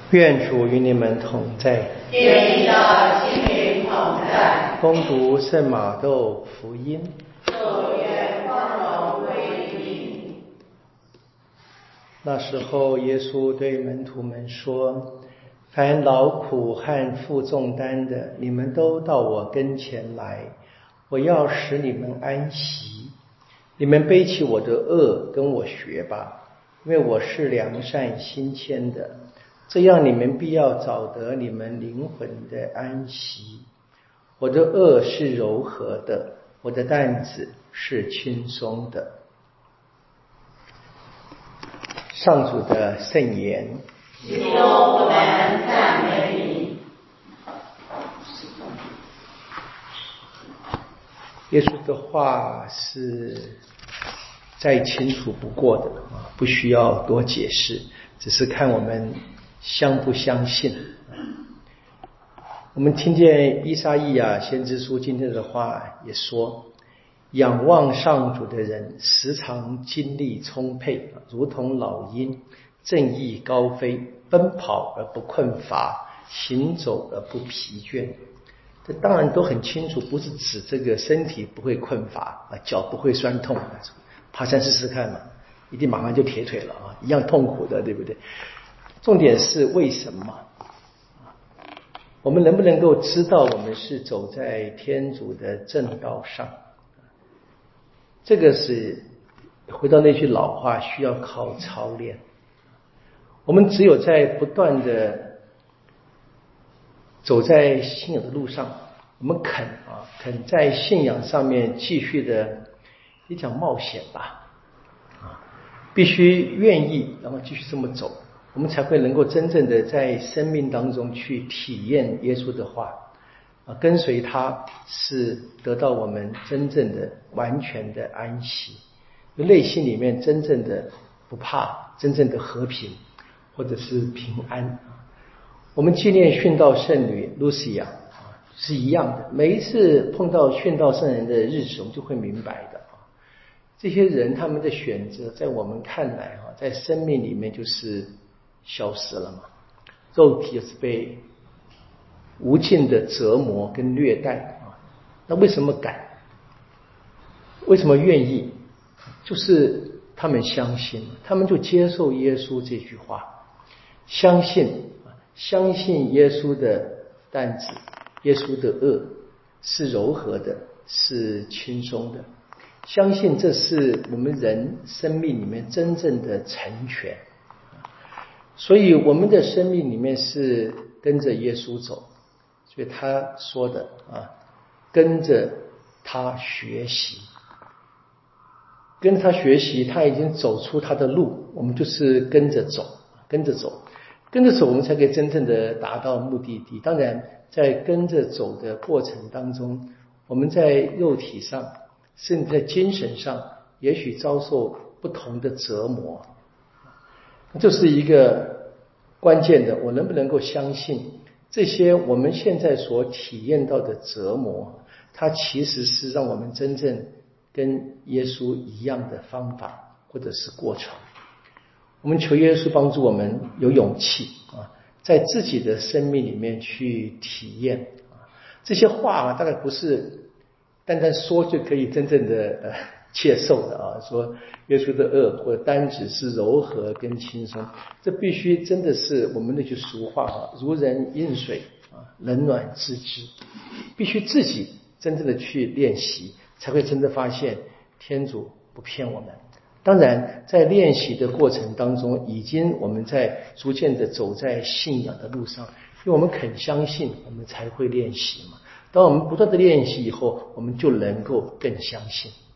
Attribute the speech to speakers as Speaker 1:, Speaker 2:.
Speaker 1: 愿主与你们同在，
Speaker 2: 愿你的心灵同在。
Speaker 1: 恭读圣马窦福音。
Speaker 2: 主愿光荣归你。
Speaker 1: 那时候，耶稣对门徒们说：凡劳苦和负重担的，你们都到我跟前来，我要使你们安息。你们背起我的轭，跟我学吧，因为我是良善心谦的，这样你们必要找得你们灵魂的安息。我的轭是柔和的，我的担子是轻松的。上主的圣言。
Speaker 2: 基督，我们赞美你。
Speaker 1: 耶稣的话是再清楚不过的，不需要多解释，只是看我们相不相信。我们听见依撒意亚先知书今天的话也说，仰望上主的人时常精力充沛，如同老鹰，正义高飞，奔跑而不困乏，行走而不疲倦。这当然都很清楚，不是指这个身体不会困乏，脚不会酸痛。爬山试试看嘛，一定马上就铁腿了啊，一样痛苦的，对不对？重点是为什么？我们能不能够知道我们是走在天主的正道上？这个是回到那句老话，需要靠操练。我们只有在不断的走在信仰的路上，我们肯在信仰上面继续的也讲冒险吧，必须愿意，然后继续这么走，我们才会能够真正的在生命当中去体验耶稣的话，跟随他是得到我们真正的完全的安息，内心里面真正的不怕，真正的和平或者是平安。我们纪念殉道圣女露西亚是一样的，每一次碰到殉道圣人的日子，我们就会明白的，这些人他们的选择在我们看来在生命里面就是消失了嘛，肉体也是被无尽的折磨跟虐待那为什么敢？为什么愿意？就是他们相信，他们就接受耶稣这句话，相信耶稣的担子，耶稣的轭是柔和的，是轻松的，相信这是我们人生命里面真正的成全。所以我们的生命里面是跟着耶稣走，所以他说的跟着他学习，跟着他学习，他已经走出他的路，我们就是跟着走，我们才可以真正的达到目的地。当然在跟着走的过程当中，我们在肉体上甚至在精神上也许遭受不同的折磨，这是一个关键的，我能不能够相信这些我们现在所体验到的折磨，它其实是让我们真正跟耶稣一样的方法或者是过程。我们求耶稣帮助我们有勇气在自己的生命里面去体验这些话大概不是单单说就可以真正的接受的说耶稣的轭或者担子是柔和跟轻松，这必须真的是我们那句俗话如人饮水冷暖自知，必须自己真正的去练习，才会真的发现天主不骗我们。当然在练习的过程当中，已经我们在逐渐的走在信仰的路上，因为我们肯相信，我们才会练习嘛。当我们不断的练习以后，我们就能够更相信。